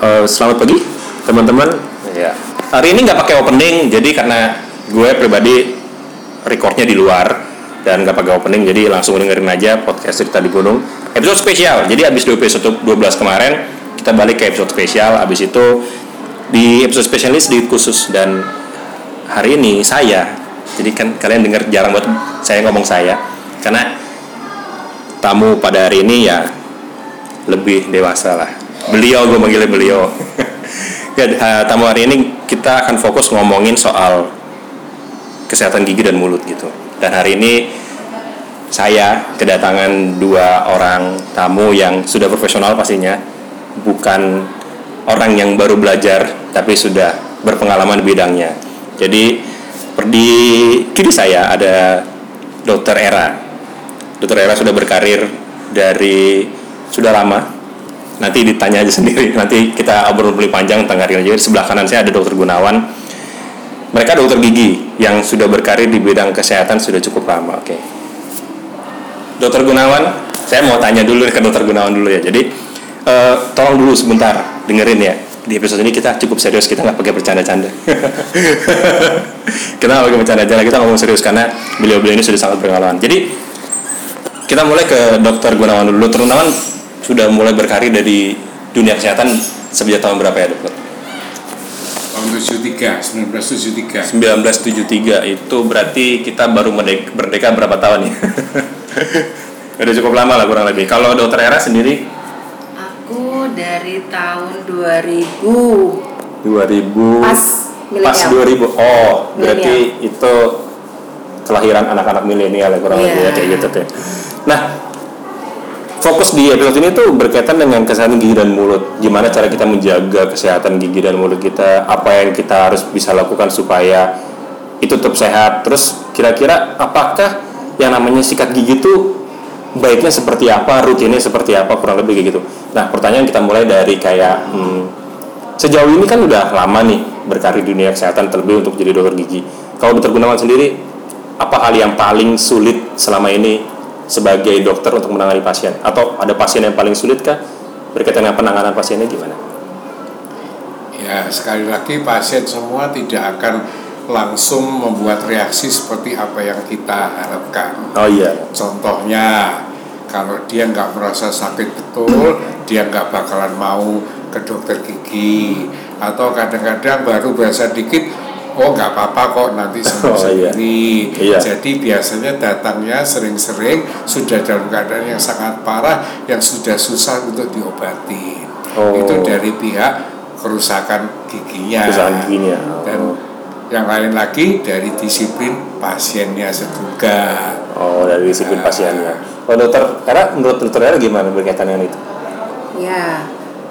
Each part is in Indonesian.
Selamat pagi teman-teman. Ya. Hari ini nggak pakai opening, jadi karena gue pribadi recordnya di luar dan nggak pakai opening, jadi langsung dengerin aja podcast Cerita di Gunung. Episode spesial. Jadi abis episode 12 kemarin kita balik ke episode spesial. Abis itu di episode spesial ini sedikit khusus dan hari ini saya. Jadi kan kalian dengar jarang buat saya ngomong saya karena tamu pada hari ini ya lebih dewasa lah. Beliau, gue manggilnya beliau. Tamu hari ini kita akan fokus ngomongin soal kesehatan gigi dan mulut gitu. Dan hari ini saya kedatangan dua orang tamu yang sudah profesional pastinya, bukan orang yang baru belajar tapi sudah berpengalaman di bidangnya. Jadi di kiri saya ada Dr. Era. Dr. Era sudah berkarir dari sudah lama. Nanti ditanya aja sendiri. Nanti kita obrol lebih panjang tentang karirnya. Jadi sebelah kanan saya ada Dr. Gunawan. Mereka dokter gigi yang sudah berkarir di bidang kesehatan sudah cukup lama. Oke. Dr. Gunawan, saya mau tanya dulu ke Dr. Gunawan dulu ya. Jadi tolong dulu sebentar dengerin ya. Di episode ini kita cukup serius, kita nggak pakai bercanda-canda. Kita nggak pakai bercanda-canda, kita ngomong serius karena beliau-beliau ini sudah sangat berpengalaman. Jadi kita mulai ke Dr. Gunawan dulu. Dr. Gunawan sudah mulai berkarir dari dunia kesehatan sejak tahun berapa ya, Dokter? Tahun 1973. 1973 itu berarti kita baru merdeka berapa tahun ya? Udah cukup lama lah kurang lebih. Kalau Dokter Era sendiri? Aku dari tahun 2000. Pas 2000. Oh, berarti itu kelahiran anak-anak milenial ya kurang lebih ya kayak gitu tuh. Nah, fokus di episode ini tuh berkaitan dengan kesehatan gigi dan mulut. Gimana cara kita menjaga kesehatan gigi dan mulut kita? Apa yang kita harus bisa lakukan supaya itu tetap sehat? Terus kira-kira apakah yang namanya sikat gigi itu baiknya seperti apa? Rutinnya seperti apa? Kurang lebih kayak gitu. Nah, pertanyaan kita mulai dari kayak sejauh ini kan udah lama nih berkarir di dunia kesehatan, terlebih untuk jadi dokter gigi. Kalau Dokter Gunawan sendiri, apa hal yang paling sulit selama ini sebagai dokter untuk menangani pasien, atau ada pasien yang paling sulit kah? Berkaitan dengan penanganan pasiennya gimana? Ya, sekali lagi pasien semua tidak akan langsung membuat reaksi seperti apa yang kita harapkan. Oh iya. Contohnya, kalau dia nggak merasa sakit betul, dia nggak bakalan mau ke dokter gigi. Atau kadang-kadang baru berasa dikit, oh nggak apa-apa kok, nanti sembuh sendiri. Iya. Jadi biasanya datangnya sering-sering sudah dalam keadaan yang sangat parah, yang sudah susah untuk diobati. Itu dari pihak kerusakan giginya. Dan yang lain lagi dari disiplin pasiennya juga. Oh, dari disiplin pasiennya. Oh, dokter, karena menurut Dokter Era gimana berkaitan dengan itu? Ya,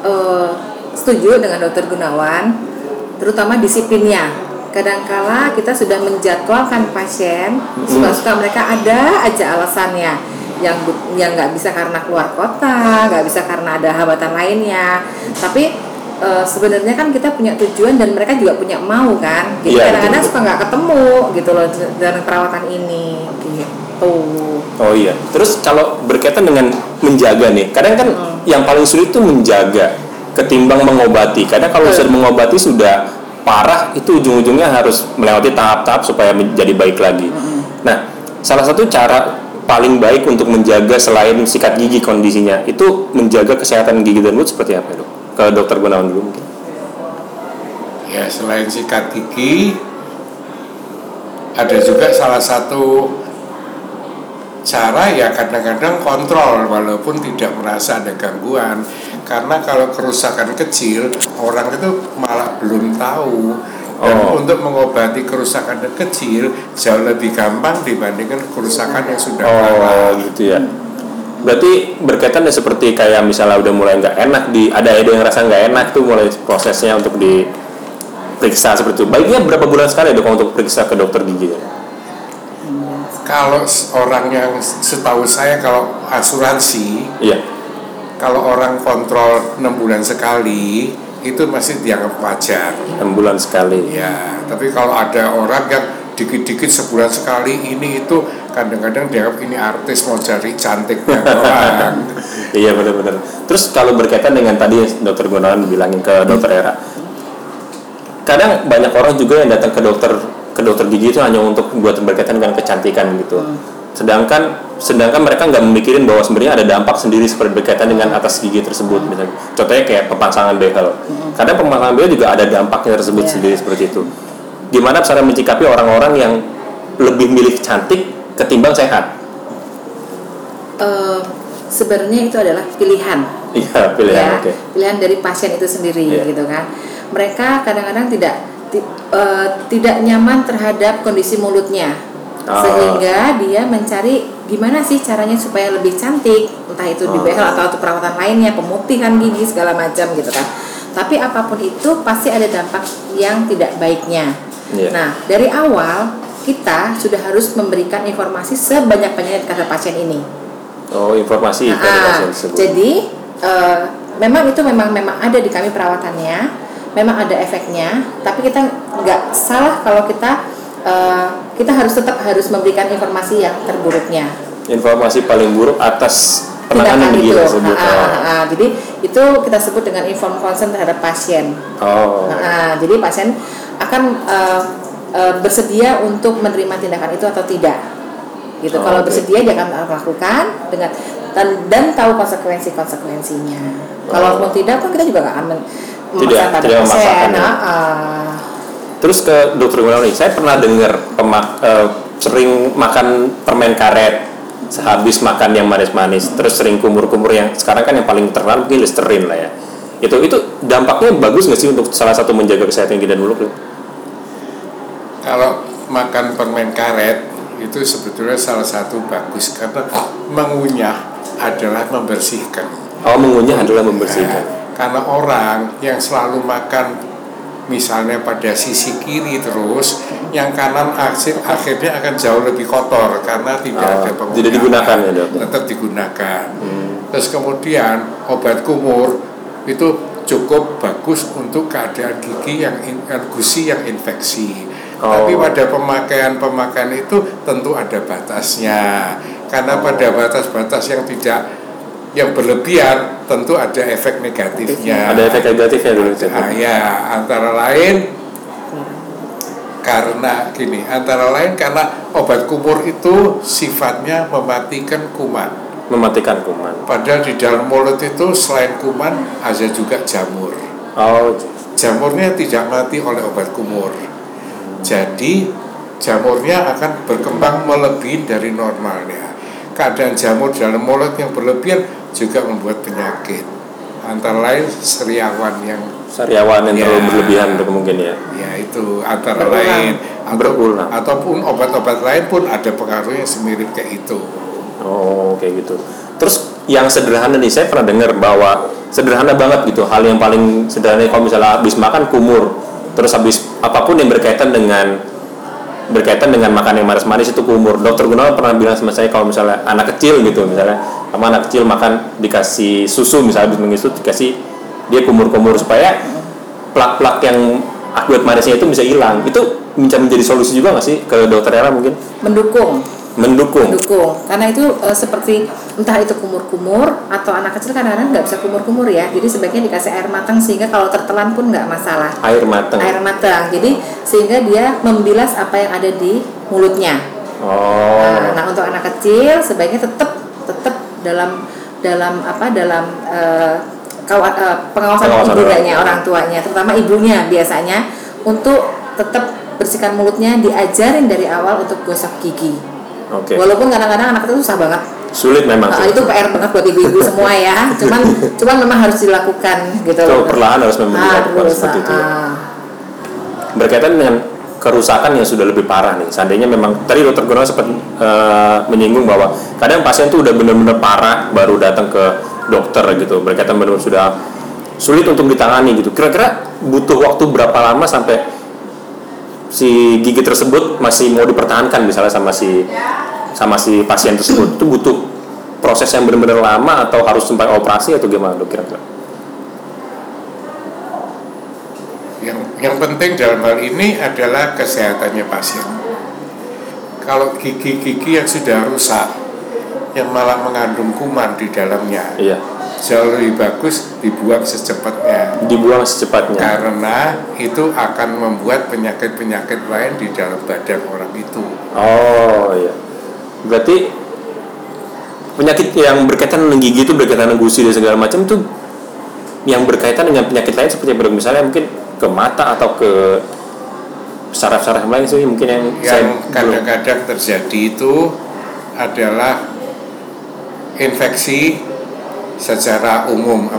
setuju dengan Dokter Gunawan, terutama disiplinnya. Kadangkala kita sudah menjadwalkan pasien, suka-suka mereka ada aja alasannya, yang nggak bisa karena keluar kota, nggak bisa karena ada hambatan lainnya. Tapi sebenarnya kan kita punya tujuan dan mereka juga punya mau kan. Jadi kadang-kadang suka nggak ketemu gitu loh dalam perawatan ini gitu. Oh iya. Terus kalau berkaitan dengan menjaga nih, kadang kan yang paling sulit itu menjaga ketimbang mengobati. Kadang kalau sudah mengobati sudah parah, itu ujung-ujungnya harus melewati tahap-tahap supaya menjadi baik lagi. Nah, salah satu cara paling baik untuk menjaga selain sikat gigi kondisinya itu menjaga kesehatan gigi dan mulut seperti apa, Dok? Ke Dokter Gunawan dulu mungkin. Ya, selain sikat gigi, ada juga salah satu cara ya kadang-kadang kontrol walaupun tidak merasa ada gangguan. Karena kalau kerusakan kecil, orang itu malah belum tahu. Dan untuk mengobati kerusakan yang kecil jauh lebih gampang dibandingkan kerusakan yang sudah parah. Gitu ya. Berarti berkaitan seperti kayak misalnya udah mulai nggak enak, ada yang rasa nggak enak tuh mulai prosesnya untuk diperiksa seperti itu. Baiknya berapa bulan sekali Dok untuk periksa ke dokter gigi? Kalau orang yang setahu saya kalau asuransi, kalau orang kontrol 6 bulan sekali itu masih dianggap wajar. 6 bulan sekali. Ya, tapi kalau ada orang yang dikit-dikit sebulan sekali ini itu, kadang-kadang dianggap ini artis mau cari cantiknya orang. Iya benar-benar. Terus kalau berkaitan dengan tadi dokter Gunawan bilangin ke dokter Era, kadang banyak orang juga yang datang ke dokter gigi itu hanya untuk buat berkaitan dengan kecantikan gitu. Sedangkan mereka nggak memikirin bahwa sebenarnya ada dampak sendiri seperti berkaitan dengan atas gigi tersebut. Misalnya, contohnya kayak pemasangan behel. Kadang pemasangan behel juga ada dampaknya tersebut sendiri seperti itu. Gimana cara mencikapi orang-orang yang lebih milih cantik ketimbang sehat? Sebenarnya itu adalah pilihan. Iya, pilihan. Okay. Pilihan dari pasien itu sendiri, gitu kan. Mereka kadang-kadang tidak nyaman terhadap kondisi mulutnya. Sehingga dia mencari gimana sih caranya supaya lebih cantik, entah itu di behel atau perawatan lainnya, pemutihan gigi segala macam gitu kan. Tapi apapun itu pasti ada dampak yang tidak baiknya. Nah, dari awal kita sudah harus memberikan informasi sebanyak-banyaknya kepada pasien ini. Informasi kepada pasien tersebut. Jadi memang ada di kami perawatannya, memang ada efeknya, tapi kita nggak salah kalau kita tetap harus memberikan informasi yang terburuknya. Informasi paling buruk atas penanganan gigi tersebut. Jadi itu kita sebut dengan informed consent terhadap pasien. Jadi pasien akan bersedia untuk menerima tindakan itu atau tidak. Gitu. Kalau bersedia dia akan melakukan dan tahu konsekuensinya. Kalaupun tidak pun kita juga nggak akan memaksakan pada pasien. Terus ke dokter Gunawan nih, saya pernah dengar sering makan permen karet sehabis makan yang manis-manis, terus sering kumur-kumur yang sekarang kan yang paling terkenal mungkin Listerine lah ya. Itu dampaknya bagus nggak sih untuk salah satu menjaga kesehatan kita dulu? Kalau makan permen karet itu sebetulnya salah satu bagus karena mengunyah adalah membersihkan. Mengunyah adalah membersihkan. Karena orang yang selalu makan misalnya pada sisi kiri terus, yang kanan akhirnya akan jauh lebih kotor karena tidak ada penggunaan. Tidak digunakan ya dok? Tetap digunakan. Terus kemudian obat kumur itu cukup bagus untuk keadaan gigi gusi yang infeksi. Tapi pada pemakaian itu tentu ada batasnya. Karena pada batas-batas yang berlebihan tentu ada efek negatifnya. Ada efek negatifnya dulu. Antara lain karena obat kumur itu sifatnya mematikan kuman. Padahal di dalam mulut itu selain kuman ada juga jamur. Jamurnya tidak mati oleh obat kumur. Jadi jamurnya akan berkembang melebihi dari normalnya. Keadaan jamur dalam mulut yang berlebihan juga membuat penyakit, antara lain sariawan yang terlalu berlebihan mungkin ya. Ya itu antara lain ataupun obat-obat lain pun ada pengaruhnya semirip kayak itu. Kayak gitu. Terus yang sederhana nih, saya pernah dengar bahwa sederhana banget gitu, hal yang paling sederhana kalau misalnya habis makan kumur, terus habis apapun yang berkaitan dengan makan yang manis-manis itu kumur. Dokter Gunawan pernah bilang sama saya kalau misalnya anak kecil gitu, misalnya sama anak kecil makan dikasih susu misalnya habis minum susu dikasih dia kumur-kumur supaya plak-plak yang akibat manisnya itu bisa hilang. Itu bisa menjadi solusi juga nggak sih ke dokter Era mungkin? Mendukung. Karena itu seperti entah itu kumur-kumur atau anak kecil kadang-kadang nggak bisa kumur-kumur ya. Jadi sebaiknya dikasih air matang sehingga kalau tertelan pun nggak masalah. Air matang. Jadi sehingga dia membilas apa yang ada di mulutnya. Nah untuk anak kecil sebaiknya tetap dalam pengawasan ibundanya, orang tuanya, terutama ibunya biasanya untuk tetap bersihkan mulutnya, diajarin dari awal untuk gosok gigi. Walaupun kadang-kadang anak itu susah banget. Sulit memang. Itu PR banget buat ibu-ibu semua ya. Cuman memang harus dilakukan gitu. Perlahan harus dilakukan seperti itu. Berkaitan dengan kerusakan yang sudah lebih parah nih. Seandainya memang tadi dokter Gunawan sempat menyinggung bahwa kadang pasien tuh udah benar-benar parah baru datang ke dokter gitu. Berkaitan benar sudah sulit untuk ditangani gitu. Kira-kira butuh waktu berapa lama sampai si gigi tersebut masih mau dipertahankan misalnya sama si pasien tersebut? Itu butuh proses yang benar-benar lama atau harus sampai operasi atau gimana dok kira-kira? Yang penting dalam hal ini adalah kesehatannya pasien. kalau gigi-gigi yang sudah rusak, yang malah mengandung kuman di dalamnya, iya, jauh lebih bagus dibuang secepatnya. Dibuang secepatnya. Karena itu akan membuat penyakit-penyakit lain di dalam badan orang itu. Oh iya. Berarti penyakit yang berkaitan dengan gigi itu berkaitan dengan gusi dan segala macam itu yang berkaitan dengan penyakit lain seperti misalnya mungkin ke mata atau ke saraf-saraf lain sih mungkin yang kadang-kadang terjadi itu adalah infeksi secara umum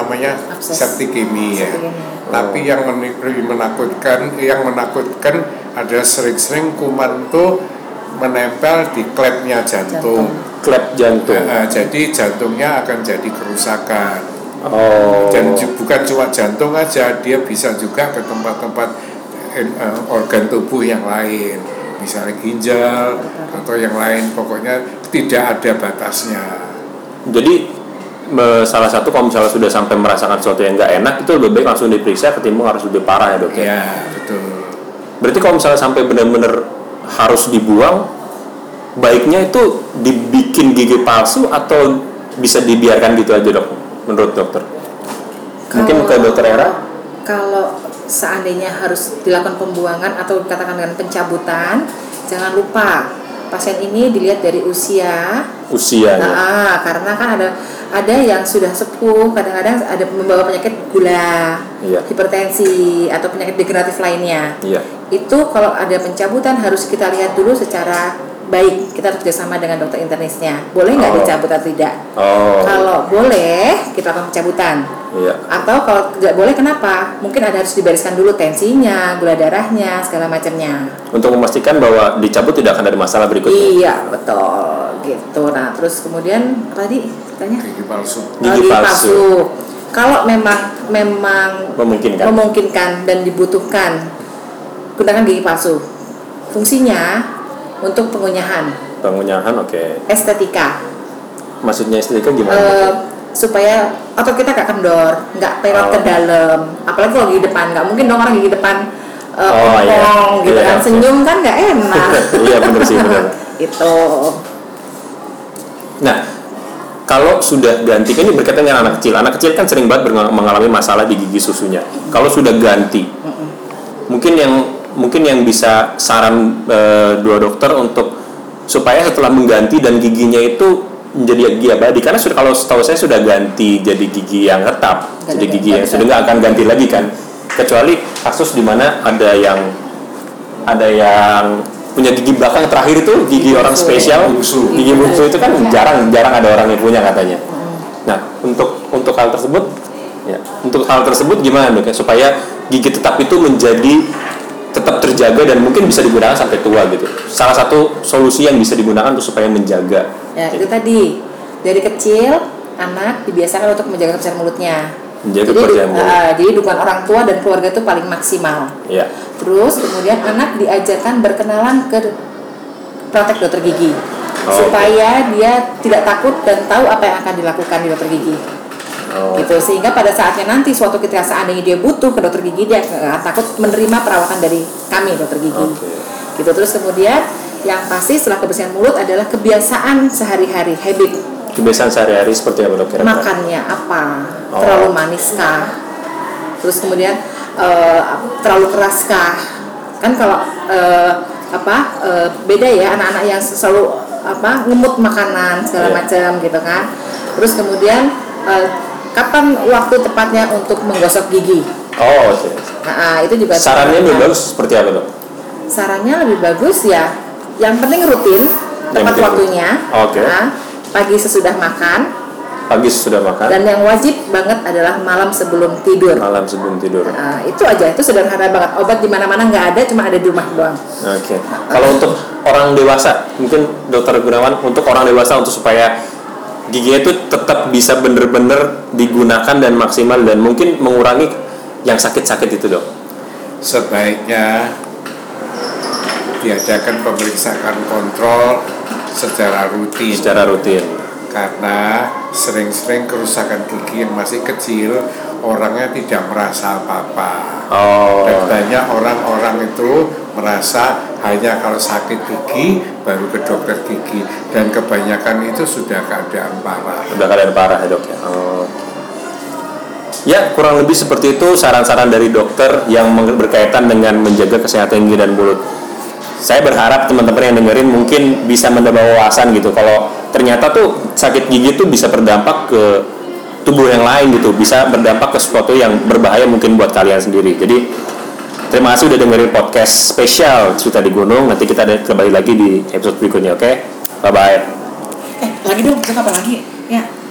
septikemia. Tapi yang menakutkan adalah sering-sering kuman itu menempel di klepnya jantung. Klep jantung. Jadi jantungnya akan jadi kerusakan. Oh. Dan bukan cuma jantung aja, dia bisa juga ke tempat-tempat organ tubuh yang lain, misalnya ginjal atau yang lain. Pokoknya tidak ada batasnya. Jadi salah satu kalau misalnya sudah sampai merasakan sesuatu yang nggak enak itu lebih baik langsung diperiksa ketimbang harus lebih parah ya dok ya? Iya betul. Berarti kalau misalnya sampai benar-benar harus dibuang, baiknya itu dibikin gigi palsu atau bisa dibiarkan gitu aja dok menurut dokter? Mungkin ke dokter Era? Kalau seandainya harus dilakukan pembuangan atau dikatakan dengan pencabutan, jangan lupa pasien ini dilihat dari usia. Nah, karena kan ada yang sudah sepuh, kadang-kadang ada membawa penyakit gula, hipertensi atau penyakit degeneratif lainnya. Itu kalau ada pencabutan harus kita lihat dulu secara baik. Kita harus bekerjasama dengan dokter internisnya. Boleh nggak dicabut atau tidak? Kalau boleh, kita lakukan pencabutan. Atau kalau tidak boleh, kenapa? Mungkin harus dibereskan dulu tensinya, gula darahnya, segala macamnya. Untuk memastikan bahwa dicabut tidak akan ada masalah berikutnya. Iya, betul. Gitu. Nah, terus kemudian tadi katanya gigi palsu. Gigi palsu. Kalau memang memungkinkan dan dibutuhkan, gunakan gigi palsu. Fungsinya untuk pengunyahan. Oke. Estetika. Maksudnya estetika gimana? Supaya otot kita gak kendor, gak perot ke dalam. Apalagi kalau gigi depan, gak mungkin dong orang gigi depan gitu kan, senyum kan gak enak. Iya benar sih, benar. Itu. Nah, kalau sudah ganti, kan ini berkaitan dengan anak kecil kan sering banget mengalami masalah di gigi susunya. Kalau sudah ganti, mungkin yang bisa saran dua dokter untuk supaya setelah mengganti dan giginya itu menjadi gigi abadi, karena kalau setahu saya sudah ganti jadi gigi yang tetap, jadi gigi yang sudah nggak akan ganti lagi kan, kecuali kasus di mana ada yang punya gigi belakang terakhir itu gigi orang spesial, gigi bungsu itu kan jarang ada orang yang punya katanya. Nah untuk hal tersebut gimana dok ya, supaya gigi tetap itu menjadi tetap terjaga dan mungkin bisa digunakan sampai tua gitu. Salah satu solusi yang bisa digunakan untuk supaya menjaga. Ya itu tadi, dari kecil anak dibiasakan untuk menjaga kebersihan mulutnya. Jadi dukungan orang tua dan keluarga itu paling maksimal. Terus kemudian anak diajarkan berkenalan ke praktek dokter gigi, supaya dia tidak takut dan tahu apa yang akan dilakukan di dokter gigi. Gitu, sehingga pada saatnya nanti suatu ketika seandainya dia butuh ke dokter gigi, dia takut menerima perawatan dari kami dokter gigi. Gitu. Terus kemudian yang pasti setelah kebersihan mulut adalah kebiasaan sehari-hari, habit. Kebiasaan sehari-hari seperti apa dok? Makannya apa? Terlalu maniskah? Terus kemudian terlalu keraskah? Kan kalau beda ya anak-anak yang selalu ngemut makanan segala macam gitu kan. Terus kemudian kapan waktu tepatnya untuk menggosok gigi? Nah, itu juga sarannya lebih bagus seperti apa dok? Sarannya lebih bagus ya, yang penting rutin, tepat waktunya. Nah, pagi sesudah makan. Dan yang wajib banget adalah malam sebelum tidur. Nah, itu aja, itu sederhana banget. Obat di mana-mana nggak ada, cuma ada di rumah doang. Kalau untuk orang dewasa, mungkin dokter Gunawan, untuk orang dewasa untuk supaya giginya itu tetap bisa benar-benar digunakan dan maksimal dan mungkin mengurangi yang sakit-sakit itu dok. Sebaiknya diadakan pemeriksaan kontrol secara rutin. Karena sering-sering kerusakan gigi yang masih kecil, orangnya tidak merasa apa-apa. Dan banyak orang-orang itu merasa hanya kalau sakit gigi baru ke dokter gigi, dan kebanyakan itu sudah keadaan parah. Sudah keadaan parah ya dok ya. Ya kurang lebih seperti itu saran-saran dari dokter yang berkaitan dengan menjaga kesehatan gigi dan mulut. Saya berharap teman-teman yang dengerin mungkin bisa menambah wawasan gitu. Kalau ternyata tuh sakit gigi tuh bisa berdampak ke tubuh yang lain gitu, bisa berdampak ke sesuatu yang berbahaya mungkin buat kalian sendiri. Jadi terima kasih udah dengerin podcast spesial Cerita di Gunung. Nanti kita kembali lagi di episode berikutnya, oke? Bye bye. Lagi dong, kita kapan lagi? Ya.